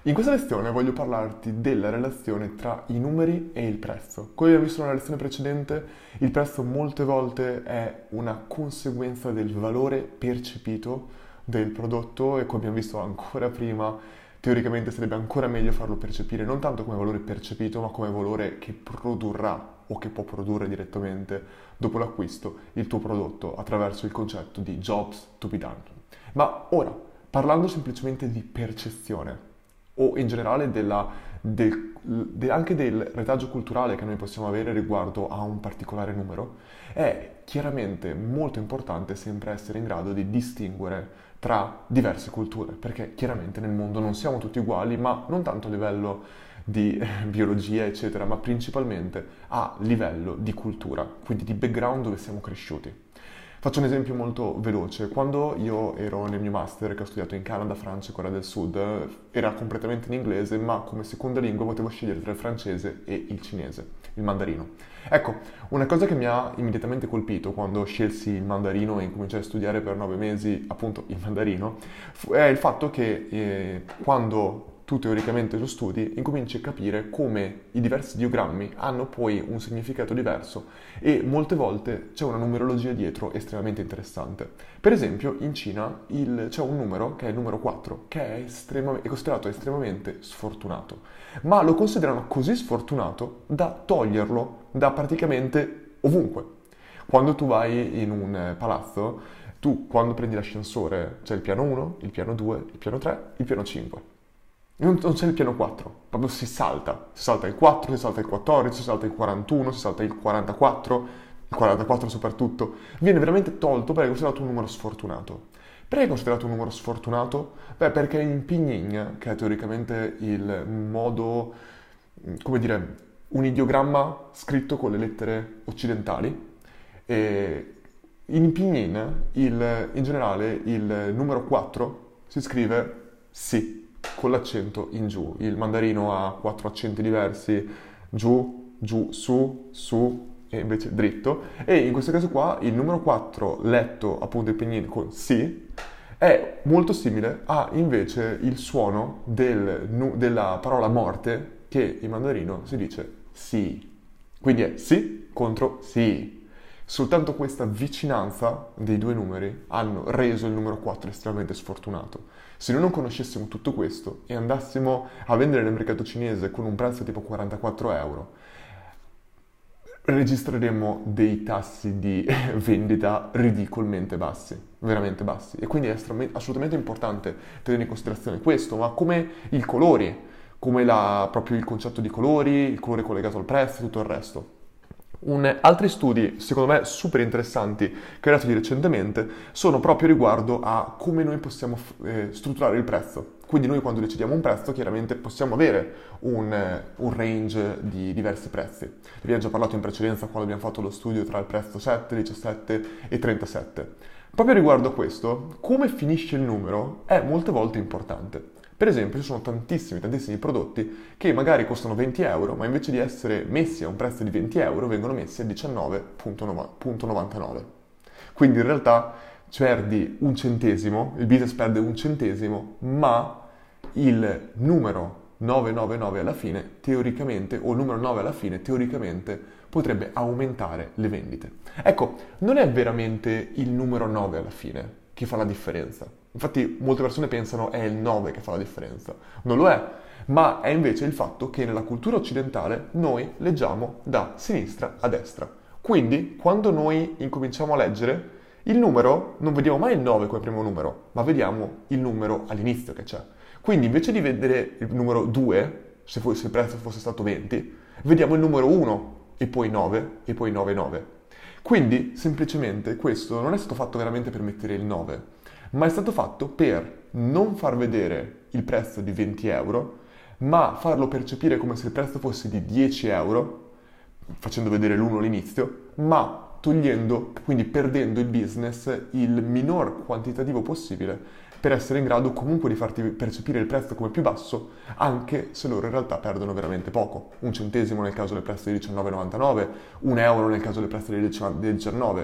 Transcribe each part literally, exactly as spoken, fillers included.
In questa lezione voglio parlarti della relazione tra i numeri e il prezzo. Come abbiamo visto nella lezione precedente, il prezzo molte volte è una conseguenza del valore percepito del prodotto e come abbiamo visto ancora prima, teoricamente sarebbe ancora meglio farlo percepire non tanto come valore percepito, ma come valore che produrrà o che può produrre direttamente dopo l'acquisto il tuo prodotto attraverso il concetto di jobs to be done. Ma ora, parlando semplicemente di percezione, o in generale della, del, de, anche del retaggio culturale che noi possiamo avere riguardo a un particolare numero, è chiaramente molto importante sempre essere in grado di distinguere tra diverse culture, perché chiaramente nel mondo non siamo tutti uguali, ma non tanto a livello di biologia, eccetera, ma principalmente a livello di cultura, quindi di background dove siamo cresciuti. Faccio un esempio molto veloce. Quando io ero nel mio master, che ho studiato in Canada, Francia e Corea del Sud, era completamente in inglese, ma come seconda lingua potevo scegliere tra il francese e il cinese, il mandarino. Ecco, una cosa che mi ha immediatamente colpito quando scelsi il mandarino e incominciai a studiare per nove mesi, appunto, il mandarino, è il fatto che eh, quando tu teoricamente lo studi, incominci a capire come i diversi ideogrammi hanno poi un significato diverso e molte volte c'è una numerologia dietro estremamente interessante. Per esempio, in Cina il, c'è un numero, che è il numero quattro, che è, estrema, è considerato estremamente sfortunato, ma lo considerano così sfortunato da toglierlo da praticamente ovunque. Quando tu vai in un palazzo, tu quando prendi l'ascensore c'è il piano uno, il piano due, il piano tre, il piano cinque. Non, non c'è il piano quattro, proprio si salta. Si salta il quattro, si salta il quattordici, si salta il quarantuno, si salta il quarantaquattro, il quarantaquattro soprattutto. Viene veramente tolto perché è considerato un numero sfortunato. Perché è considerato un numero sfortunato? Beh, perché in Pinyin, che è teoricamente il modo, come dire, un ideogramma scritto con le lettere occidentali, e in Pinyin, il, in generale, il numero quattro si scrive sì, con l'accento in giù. Il mandarino ha quattro accenti diversi, giù, giù, su, su e invece dritto. E in questo caso qua il numero quattro letto appunto in pinyin con si è molto simile a invece il suono del, della parola morte che in mandarino si dice si. Quindi è si contro si. Soltanto questa vicinanza dei due numeri hanno reso il numero quattro estremamente sfortunato. Se noi non conoscessimo tutto questo e andassimo a vendere nel mercato cinese con un prezzo tipo quarantaquattro euro, registreremmo dei tassi di vendita ridicolmente bassi, veramente bassi. E quindi è assolutamente importante tenere in considerazione questo, ma come i colori, come la, proprio il concetto di colori, il colore collegato al prezzo e tutto il resto. Un, altri studi, secondo me super interessanti, creati recentemente, sono proprio riguardo a come noi possiamo eh, strutturare il prezzo. Quindi noi quando decidiamo un prezzo, chiaramente possiamo avere un, eh, un range di diversi prezzi. Ne abbiamo già parlato in precedenza quando abbiamo fatto lo studio tra il prezzo sette, diciassette e trentasette. Proprio riguardo a questo, come finisce il numero è molte volte importante. Per esempio, ci sono tantissimi, tantissimi prodotti che magari costano venti euro, ma invece di essere messi a un prezzo di venti euro, vengono messi a diciannove virgola novantanove. Quindi in realtà perdi un centesimo, il business perde un centesimo, ma il numero novecentonovantanove alla fine, teoricamente, o il numero nove alla fine, teoricamente, potrebbe aumentare le vendite. Ecco, non è veramente il numero nove alla fine che fa la differenza. Infatti molte persone pensano è il nove che fa la differenza. Non lo è, ma è invece il fatto che nella cultura occidentale noi leggiamo da sinistra a destra. Quindi quando noi incominciamo a leggere, il numero, non vediamo mai il nove come primo numero, ma vediamo il numero all'inizio che c'è. Quindi invece di vedere il numero due, se, fosse, se il prezzo fosse stato venti, vediamo il numero uno e poi nove e poi nove nove. Quindi semplicemente questo non è stato fatto veramente per mettere il nove, ma è stato fatto per non far vedere il prezzo di venti euro, ma farlo percepire come se il prezzo fosse di dieci euro, facendo vedere l'uno all'inizio, ma togliendo, quindi perdendo il business il minor quantitativo possibile per essere in grado comunque di farti percepire il prezzo come più basso, anche se loro in realtà perdono veramente poco. Un centesimo nel caso del prezzo di diciannove virgola novantanove, un euro nel caso del prezzo di diciannove.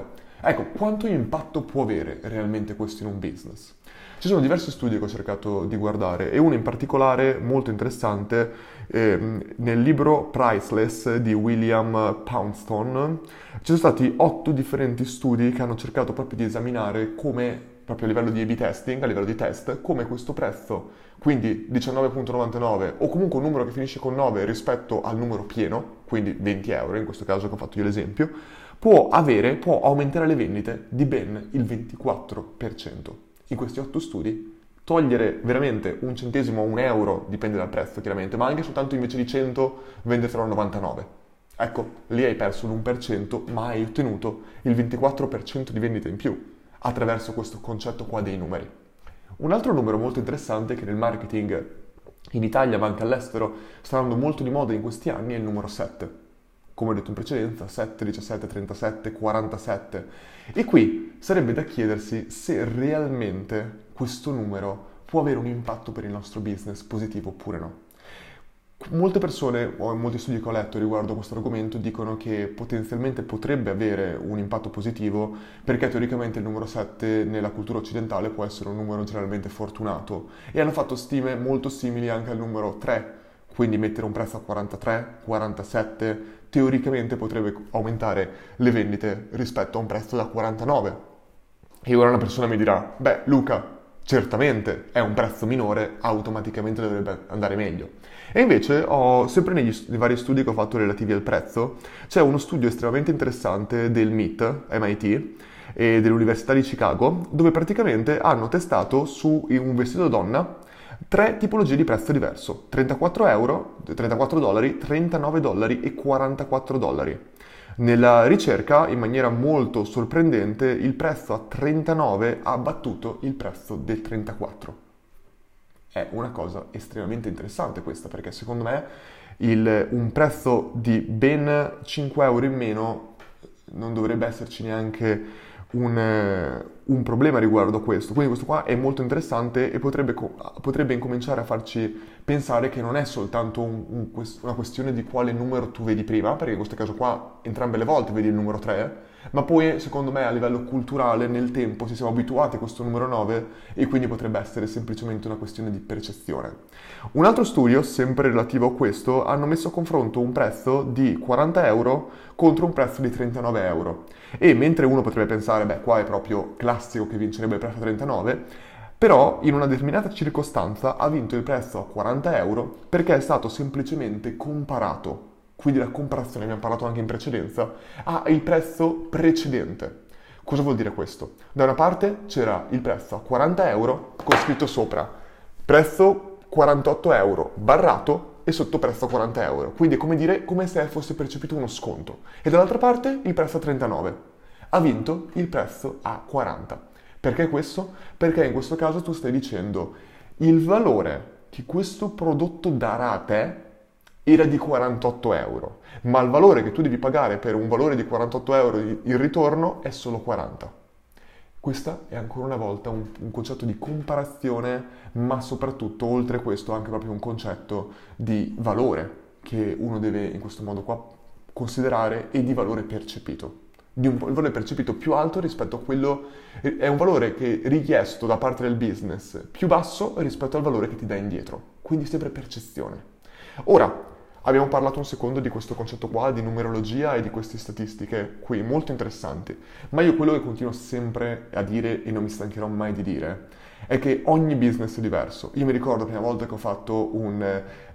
Ecco, quanto impatto può avere realmente questo in un business? Ci sono diversi studi che ho cercato di guardare e uno in particolare molto interessante ehm, nel libro Priceless di William Poundstone. Ci sono stati otto differenti studi che hanno cercato proprio di esaminare come, proprio a livello di A B testing, a livello di test, come questo prezzo, quindi diciannove virgola novantanove o comunque un numero che finisce con nove rispetto al numero pieno, quindi venti euro in questo caso che ho fatto io l'esempio, può avere, può aumentare le vendite di ben il ventiquattro per cento. In questi otto studi, togliere veramente un centesimo o un euro, dipende dal prezzo chiaramente, ma anche soltanto invece di cento vendertelo a novantanove. Ecco, lì hai perso l'uno per cento, ma hai ottenuto il ventiquattro per cento di vendita in più attraverso questo concetto qua dei numeri. Un altro numero molto interessante che nel marketing in Italia ma anche all'estero sta andando molto di moda in questi anni è il numero sette. Come ho detto in precedenza, sette, diciassette, trentasette, quarantasette. E qui sarebbe da chiedersi se realmente questo numero può avere un impatto per il nostro business positivo oppure no. Molte persone, o molti studi che ho letto riguardo a questo argomento, dicono che potenzialmente potrebbe avere un impatto positivo perché teoricamente il numero sette nella cultura occidentale può essere un numero generalmente fortunato e hanno fatto stime molto simili anche al numero tre, quindi mettere un prezzo a quarantatré, quarantasette teoricamente potrebbe aumentare le vendite rispetto a un prezzo da quarantanove. E ora una persona mi dirà, beh Luca, certamente è un prezzo minore, automaticamente dovrebbe andare meglio. E invece ho, sempre negli nei vari studi che ho fatto relativi al prezzo, c'è uno studio estremamente interessante del M I T, M I T, e dell'Università di Chicago, dove praticamente hanno testato su un vestito donna tre tipologie di prezzo diverso, trentaquattro euro, trentaquattro dollari, trentanove dollari e quarantaquattro dollari. Nella ricerca, in maniera molto sorprendente, il prezzo a trentanove ha battuto il prezzo del trentaquattro. È una cosa estremamente interessante questa, perché secondo me il, un prezzo di ben cinque euro in meno non dovrebbe esserci neanche un, un problema riguardo a questo. Quindi questo qua è molto interessante e potrebbe, potrebbe incominciare a farci pensare che non è soltanto un, un, una questione di quale numero tu vedi prima, perché in questo caso qua entrambe le volte vedi il numero tre, ma poi secondo me a livello culturale nel tempo ci siamo abituati a questo numero nove e quindi potrebbe essere semplicemente una questione di percezione. Un altro studio, sempre relativo a questo, hanno messo a confronto un prezzo di quaranta euro contro un prezzo di trentanove euro. E mentre uno potrebbe pensare, beh, qua è proprio classico che vincerebbe il prezzo a trentanove, però in una determinata circostanza ha vinto il prezzo a quaranta euro perché è stato semplicemente comparato, quindi la comparazione, abbiamo parlato anche in precedenza, al prezzo precedente. Cosa vuol dire questo? Da una parte c'era il prezzo a quaranta euro con scritto sopra, prezzo quarantotto euro, barrato e sotto prezzo a quaranta euro. Quindi è come dire, come se fosse percepito uno sconto. E dall'altra parte il prezzo a trentanove. Ha vinto il prezzo a quaranta. Perché questo? Perché in questo caso tu stai dicendo il valore che questo prodotto darà a te era di quarantotto euro, ma il valore che tu devi pagare per un valore di quarantotto euro il ritorno è solo quaranta. Questo è ancora una volta un, un concetto di comparazione, ma soprattutto oltre questo anche proprio un concetto di valore che uno deve in questo modo qua considerare e di valore percepito. Di un valore percepito più alto rispetto a quello, è un valore che è richiesto da parte del business più basso rispetto al valore che ti dà indietro, quindi sempre percezione. Ora, abbiamo parlato un secondo di questo concetto qua, di numerologia e di queste statistiche qui, molto interessanti, ma io quello che continuo sempre a dire e non mi stancherò mai di dire è che ogni business è diverso. Io mi ricordo la prima volta che ho fatto un,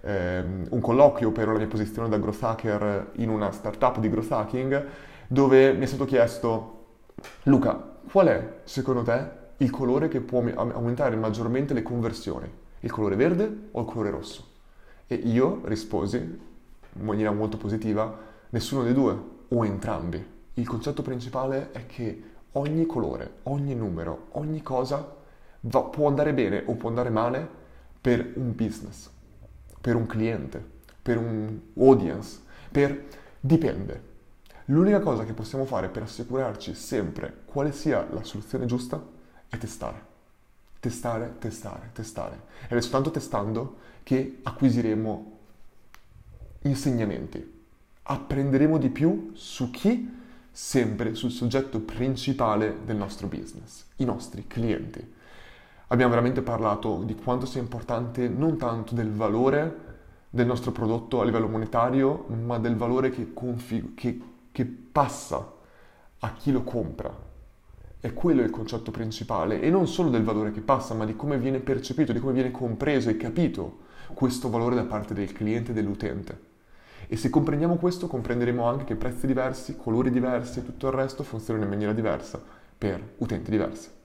ehm, un colloquio per la mia posizione da growth hacker in una startup di growth hacking, dove mi è stato chiesto, Luca, qual è secondo te il colore che può aumentare maggiormente le conversioni? Il colore verde o il colore rosso? E io risposi, in maniera molto positiva, nessuno dei due, o entrambi. Il concetto principale è che ogni colore, ogni numero, ogni cosa va, può andare bene o può andare male per un business, per un cliente, per un audience, per... dipende. L'unica cosa che possiamo fare per assicurarci sempre quale sia la soluzione giusta è testare. Testare, testare, testare. Ed è soltanto testando che acquisiremo insegnamenti. Apprenderemo di più su chi sempre sul soggetto principale del nostro business, i nostri clienti. Abbiamo veramente parlato di quanto sia importante non tanto del valore del nostro prodotto a livello monetario, ma del valore che, config- che, che passa a chi lo compra. E quello è il concetto principale, e non solo del valore che passa, ma di come viene percepito, di come viene compreso e capito questo valore da parte del cliente e dell'utente. E se comprendiamo questo, comprenderemo anche che prezzi diversi, colori diversi e tutto il resto funzionano in maniera diversa per utenti diversi.